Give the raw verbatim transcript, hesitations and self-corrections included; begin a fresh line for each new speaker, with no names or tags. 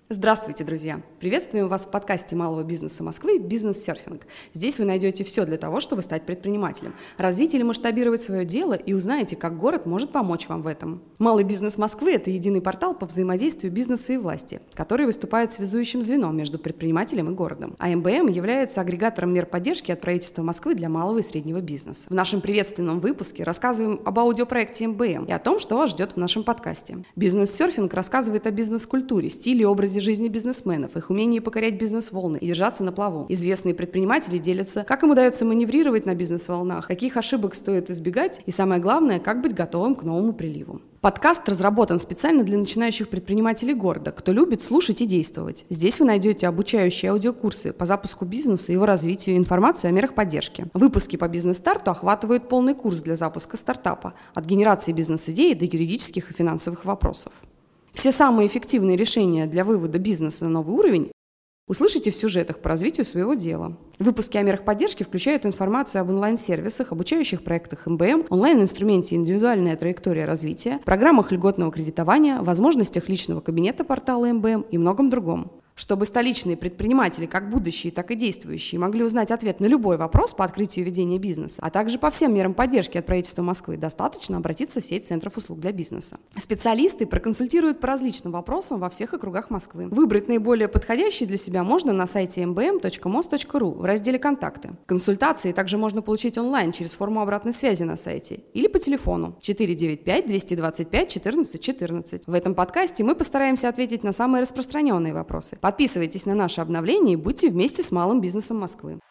Здравствуйте, друзья! Приветствуем вас в подкасте малого бизнеса Москвы «Бизнес-серфинг». Здесь вы найдете все для того, чтобы стать предпринимателем, развить или масштабировать свое дело и узнаете, как город может помочь вам в этом. Малый бизнес Москвы – это единый портал по взаимодействию бизнеса и власти, который выступает связующим звеном между предпринимателем и городом. А эм бэ эм является агрегатором мер поддержки от правительства Москвы для малого и среднего бизнеса. В нашем приветственном выпуске рассказываем об аудиопроекте эм бэ эм и о том, что вас ждет в нашем подкасте. «Бизнес-серфинг» рассказывает о бизнес-культуре, стиле и образе жизни бизнесменов, их умении покорять бизнес-волны и держаться на плаву. Известные предприниматели делятся, как им удается маневрировать на бизнес-волнах, каких ошибок стоит избегать и, самое главное, как быть готовым к новому приливу. Подкаст разработан специально для начинающих предпринимателей города, кто любит слушать и действовать. Здесь вы найдете обучающие аудиокурсы по запуску бизнеса, его развитию и информацию о мерах поддержки. Выпуски по бизнес-старту охватывают полный курс для запуска стартапа, от генерации бизнес-идеи до юридических и финансовых вопросов. Все самые эффективные решения для вывода бизнеса на новый уровень услышите в сюжетах по развитию своего дела. Выпуски о мерах поддержки включают информацию об онлайн-сервисах, обучающих проектах эм бэ эм, онлайн-инструменте «Индивидуальная траектория развития», программах льготного кредитования, возможностях личного кабинета портала эм бэ эм и многом другом. Чтобы столичные предприниматели, как будущие, так и действующие, могли узнать ответ на любой вопрос по открытию и ведению бизнеса, а также по всем мерам поддержки от правительства Москвы, достаточно обратиться в сеть центров услуг для бизнеса. Специалисты проконсультируют по различным вопросам во всех округах Москвы. Выбрать наиболее подходящий для себя можно на сайте эм бэ эм точка мос точка ру в разделе «Контакты». Консультации также можно получить онлайн через форму обратной связи на сайте или по телефону четыре девять пять двести двадцать пять четырнадцать четырнадцать. В этом подкасте мы постараемся ответить на самые распространенные вопросы. Подписывайтесь на наши обновления и будьте вместе с малым бизнесом Москвы.